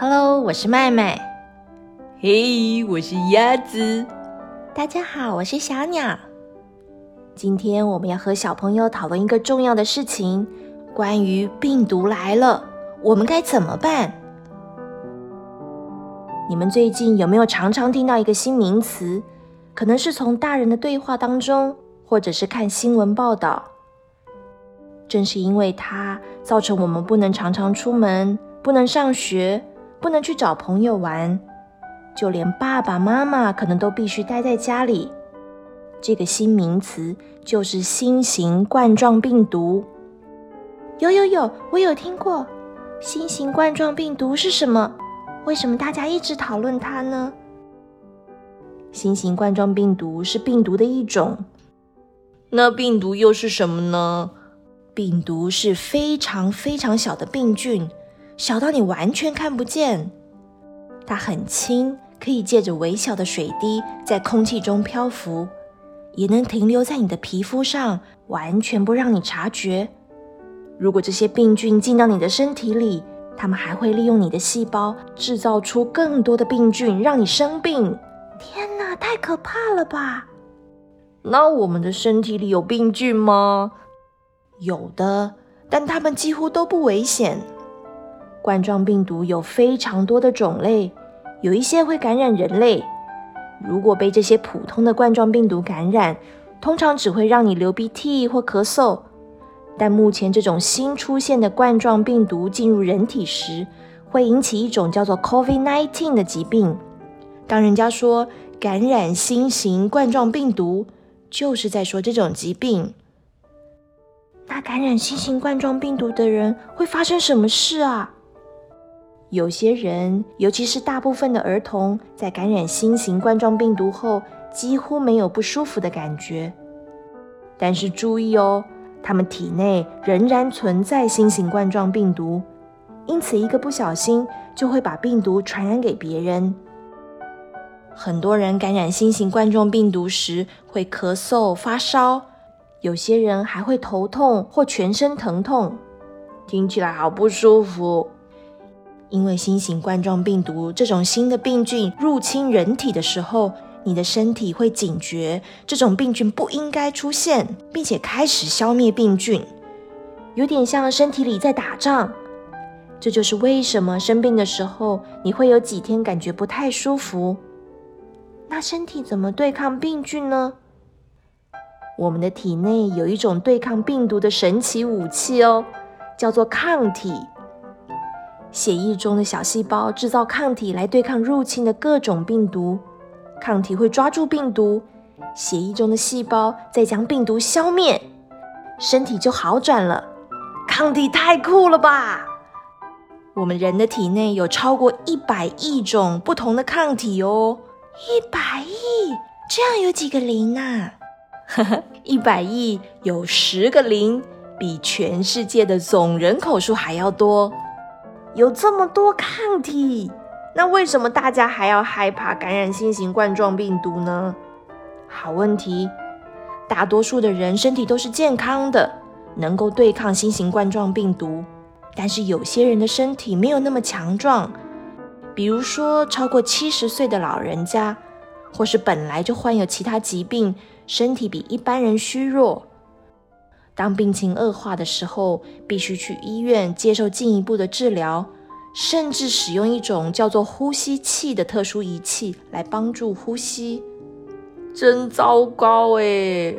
Hello， 我是麦麦。 嘿，我是鸭子。 大家好，我是小鸟。今天我们要和小朋友讨论一个重要的事情，关于病毒来了，我们该怎么办？你们最近有没有常常听到一个新名词？可能是从大人的对话当中，或者是看新闻报道。正是因为它，造成我们不能常常出门，不能上学，不能去找朋友玩，就连爸爸妈妈可能都必须待在家里。这个新名词就是新型冠状病毒。有，我有听过。新型冠状病毒是什么？为什么大家一直讨论它呢？新型冠状病毒是病毒的一种。 那病毒又是什么呢？ 病毒是非常非常小的病菌，小到你完全看不见。它很轻，可以借着微小的水滴在空气中漂浮，也能停留在你的皮肤上，完全不让你察觉。如果这些病菌进到你的身体里，它们还会利用你的细胞制造出更多的病菌，让你生病。天哪，太可怕了吧！ 那我们的身体里有病菌吗？ 有的，但它们几乎都不危险。冠状病毒有非常多的种类，有一些会感染人类。如果被这些普通的冠状病毒感染，通常只会让你流鼻涕或咳嗽。但目前这种新出现的冠状病毒进入人体时，会引起一种叫做 COVID-19 的疾病。当人家说感染新型冠状病毒，就是在说这种疾病。那感染新型冠状病毒的人会发生什么事啊？有些人，尤其是大部分的儿童，在感染新型冠状病毒后，几乎没有不舒服的感觉。但是注意哦，他们体内仍然存在新型冠状病毒，因此一个不小心就会把病毒传染给别人。很多人感染新型冠状病毒时会咳嗽、发烧，有些人还会头痛或全身疼痛， 听起来好不舒服。 因为新型冠状病毒这种新的病菌入侵人体的时候，你的身体会警觉这种病菌不应该出现，并且开始消灭病菌，有点像身体里在打仗。这就是为什么生病的时候你会有几天感觉不太舒服。那身体怎么对抗病菌呢？我们的体内有一种对抗病毒的神奇武器哦，叫做抗体。血液中的小细胞制造抗体来对抗入侵的各种病毒，抗体会抓住病毒，血液中的细胞再将病毒消灭，身体就好转了。抗体太酷了吧！我们人的体内有超过100亿种不同的抗体哦。100亿？这样有几个零啊？100亿有10个零，比全世界的总人口数还要多。有这么多抗体，那为什么大家还要害怕感染新型冠状病毒呢？好问题，大多数的人身体都是健康的，能够对抗新型冠状病毒，但是有些人的身体没有那么强壮，比如说超过70岁的老人家，或是本来就患有其他疾病，身体比一般人虚弱。当病情恶化的时候，必须去医院接受进一步的治疗，甚至使用一种叫做呼吸器的特殊仪器来帮助呼吸。 真糟糕耶！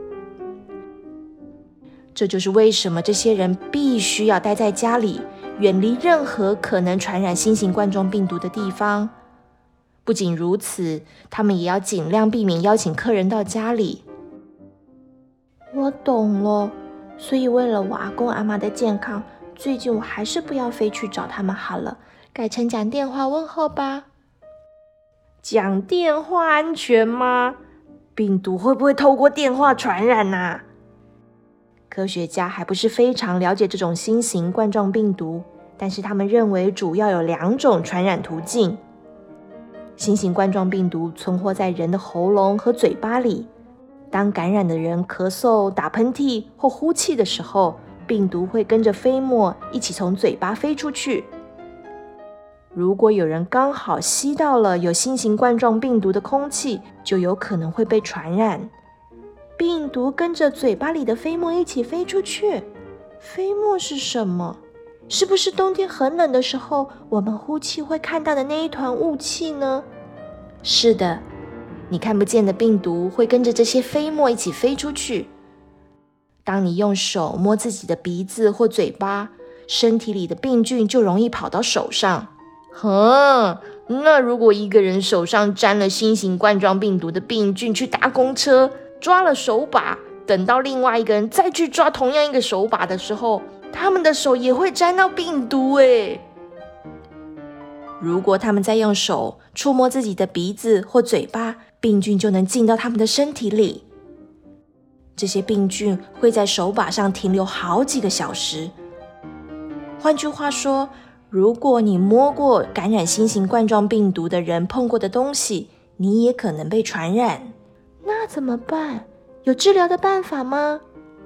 这就是为什么这些人必须要待在家里，远离任何可能传染新型冠状病毒的地方。不仅如此，他们也要尽量避免邀请客人到家里。我懂了，所以为了我阿公阿嬷的健康，最近我还是不要飞去找他们好了，改成讲电话问候吧。 讲电话安全吗？ 病毒会不会透过电话传染啊？科学家还不是非常了解这种新型冠状病毒，但是他们认为主要有2种传染途径。新型冠状病毒存活在人的喉咙和嘴巴里，当感染的人咳嗽、打喷嚏或呼气的时候，病毒会跟着飞沫一起从嘴巴飞出去。 如果有人刚好吸到了有新型冠状病毒的空气，就有可能会被传染。病毒跟着嘴巴里的飞沫一起飞出去。飞沫是什么？是不是冬天很冷的时候，我们呼气会看到的那一团雾气呢？是的，你看不见的病毒会跟着这些飞沫一起飞出去。当你用手摸自己的鼻子或嘴巴，身体里的病菌就容易跑到手上。那如果一个人手上沾了新型冠状病毒的病菌，去搭公车，抓了手把，等到另外一个人再去抓同样一个手把的时候，他们的手也会沾到病毒耶。如果他们再用手触摸自己的鼻子或嘴巴，病菌就能进到他们的身体里。这些病菌会在手把上停留好几个小时。换句话说，如果你摸过感染新型冠状病毒的人碰过的东西，你也可能被传染。那怎么办？有治疗的办法吗？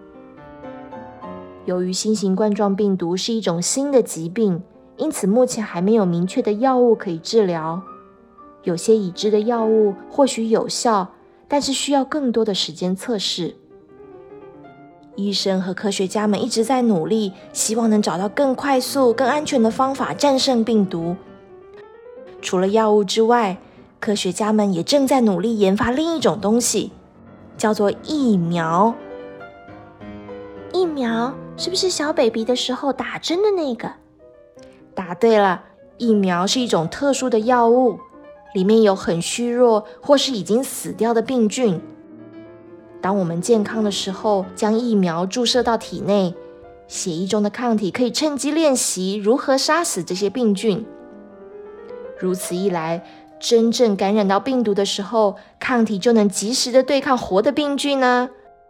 由于新型冠状病毒是一种新的疾病，因此目前还没有明确的药物可以治疗。有些已知的药物或许有效，但是需要更多的时间测试。医生和科学家们一直在努力，希望能找到更快速、更安全的方法战胜病毒。除了药物之外，科学家们也正在努力研发另一种东西，叫做疫苗。疫苗是不是小 baby 的时候打针的那个？答对了，疫苗是一种特殊的药物，里面有很虚弱或是已经死掉的病菌。当我们健康的时候，将疫苗注射到体内，血液中的抗体可以趁机练习如何杀死这些病菌。如此一来，真正感染到病毒的时候，抗体就能及时的对抗活的病菌呢。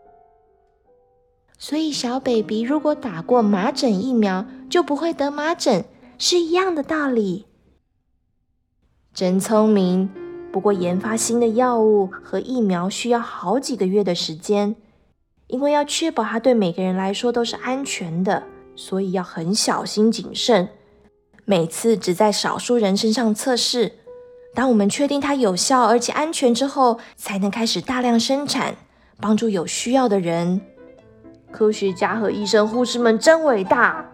所以小 baby 如果打过麻疹疫苗，就不会得麻疹，是一样的道理。真聪明。不过研发新的药物和疫苗需要好几个月的时间，因为要确保它对每个人来说都是安全的，所以要很小心谨慎，每次只在少数人身上测试。当我们确定它有效而且安全之后，才能开始大量生产，帮助有需要的人。科学家和医生护士们真伟大。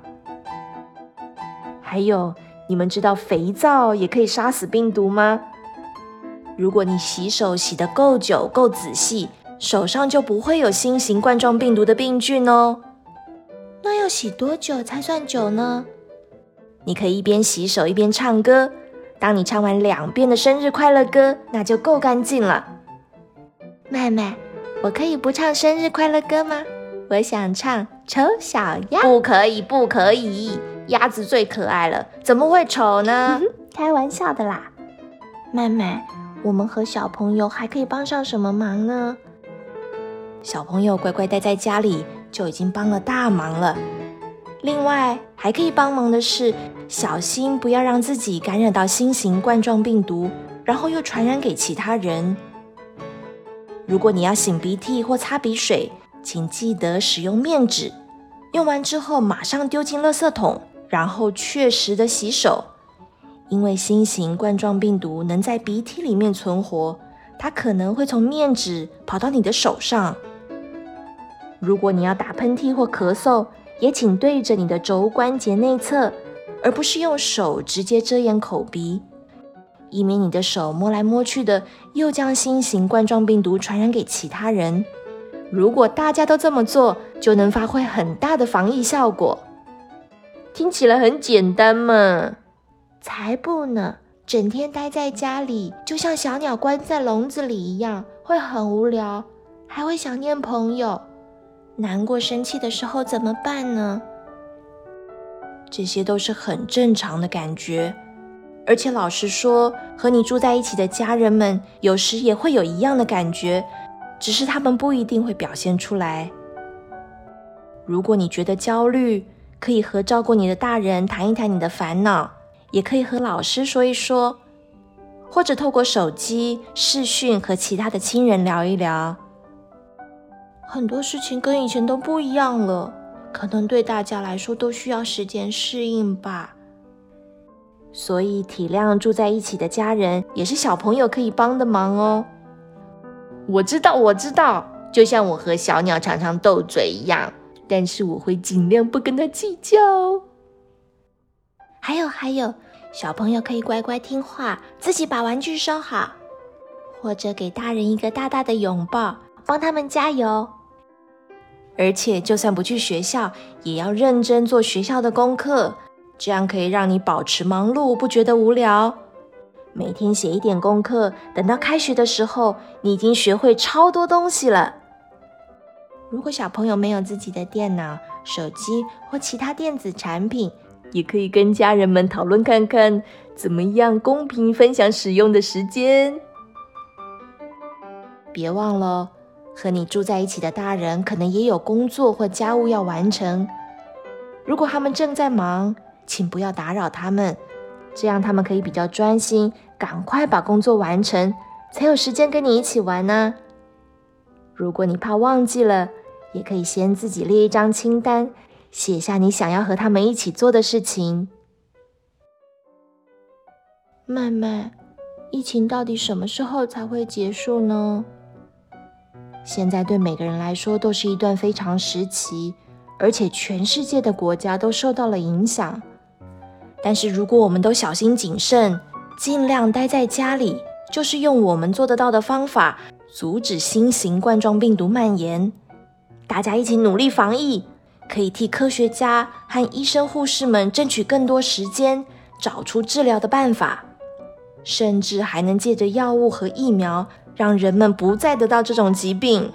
还有，你们知道肥皂也可以杀死病毒吗？如果你洗手洗得够久够仔细，手上就不会有新型冠状病毒的病菌哦。那要洗多久才算久呢？你可以一边洗手一边唱歌，当你唱完2遍的生日快乐歌，那就够干净了。妹妹，我可以不唱生日快乐歌吗？我想唱丑小鸭。不可以，不可以，鸭子最可爱了，怎么会丑呢？开玩笑的啦。妹妹，我们和小朋友还可以帮上什么忙呢？小朋友乖乖待在家里就已经帮了大忙了。另外还可以帮忙的是，小心不要让自己感染到新型冠状病毒，然后又传染给其他人。如果你要擤鼻涕或擦鼻水，请记得使用面纸，用完之后马上丢进垃圾桶，然后确实的洗手。因为新型冠状病毒能在鼻涕里面存活，它可能会从面纸跑到你的手上。如果你要打喷嚏或咳嗽，也请对着你的肘关节内侧，而不是用手直接遮掩口鼻，以免你的手摸来摸去的，又将新型冠状病毒传染给其他人。如果大家都这么做，就能发挥很大的防疫效果。听起来很简单嘛。才不呢，整天待在家里，就像小鸟关在笼子里一样，会很无聊，还会想念朋友。难过生气的时候怎么办呢？这些都是很正常的感觉。而且老实说，和你住在一起的家人们，有时也会有一样的感觉，只是他们不一定会表现出来。如果你觉得焦虑，可以和照顾你的大人谈一谈你的烦恼，也可以和老师说一说，或者透过手机、视讯和其他的亲人聊一聊。很多事情跟以前都不一样了，可能对大家来说都需要时间适应吧。 所以体谅住在一起的家人也是小朋友可以帮的忙哦。 我知道，就像我和小鸟常常斗嘴一样，但是我会尽量不跟他计较。 还有，小朋友可以乖乖听话，自己把玩具收好，或者给大人一个大大的拥抱，帮他们加油。而且就算不去学校，也要认真做学校的功课，这样可以让你保持忙碌，不觉得无聊。每天写一点功课，等到开学的时候，你已经学会超多东西了。如果小朋友没有自己的电脑、手机或其他电子产品， 也可以跟家人们讨论看看，怎么样公平分享使用的时间。 别忘了，和你住在一起的大人可能也有工作或家务要完成。如果他们正在忙，请不要打扰他们，这样他们可以比较专心，赶快把工作完成，才有时间跟你一起玩呢。如果你怕忘记了，也可以先自己列一张清单，写下你想要和他们一起做的事情。妹妹，疫情到底什么时候才会结束呢？现在对每个人来说都是一段非常时期，而且全世界的国家都受到了影响。但是如果我们都小心谨慎，尽量待在家里，就是用我们做得到的方法，阻止新型冠状病毒蔓延。大家一起努力防疫，可以替科学家和医生护士们争取更多时间，找出治疗的办法，甚至还能借着药物和疫苗，让人们不再得到这种疾病。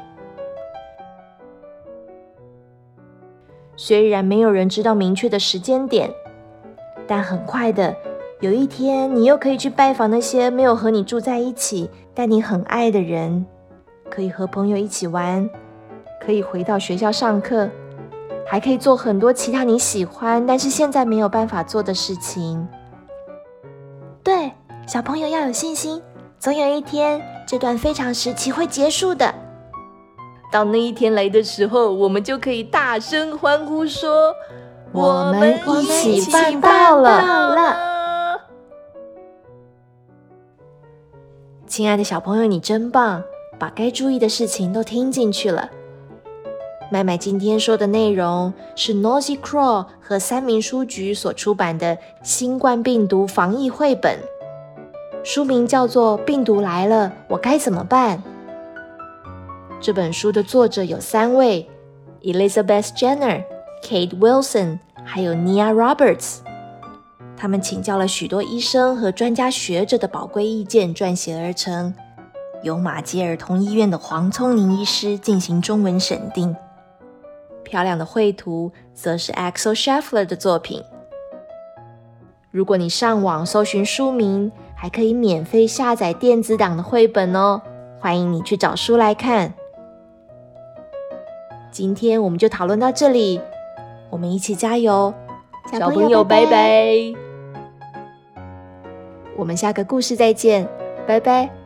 虽然没有人知道明确的时间点，但很快的，有一天你又可以去拜访那些没有和你住在一起，但你很爱的人，可以和朋友一起玩，可以回到学校上课，还可以做很多其他你喜欢但是现在没有办法做的事情。对，小朋友要有信心，总有一天这段非常时期会结束的。 当那一天来的时候，我们就可以大声欢呼说， 我们一起办到了。亲爱的小朋友，你真棒，把该注意的事情都听进去了。麦麦今天说的内容是 Nosy Crow 和三民书局所出版的新冠病毒防疫绘本，书名叫做《病毒来了，我该怎么办》。这本书的作者有3位 ：Elizabeth Jenner、Kate Wilson， 还有 Nia Roberts。他们请教了许多医生和专家学者的宝贵意见撰写而成，由马偕儿童医院的黄聪宁医师进行中文审定。漂亮的绘图则是 Axel Scheffler 的作品。如果你上网搜寻书名，还可以免费下载电子档的绘本哦，欢迎你去找书来看。今天我们就讨论到这里，我们一起加油， 小朋友拜拜。 我们下个故事再见，拜拜。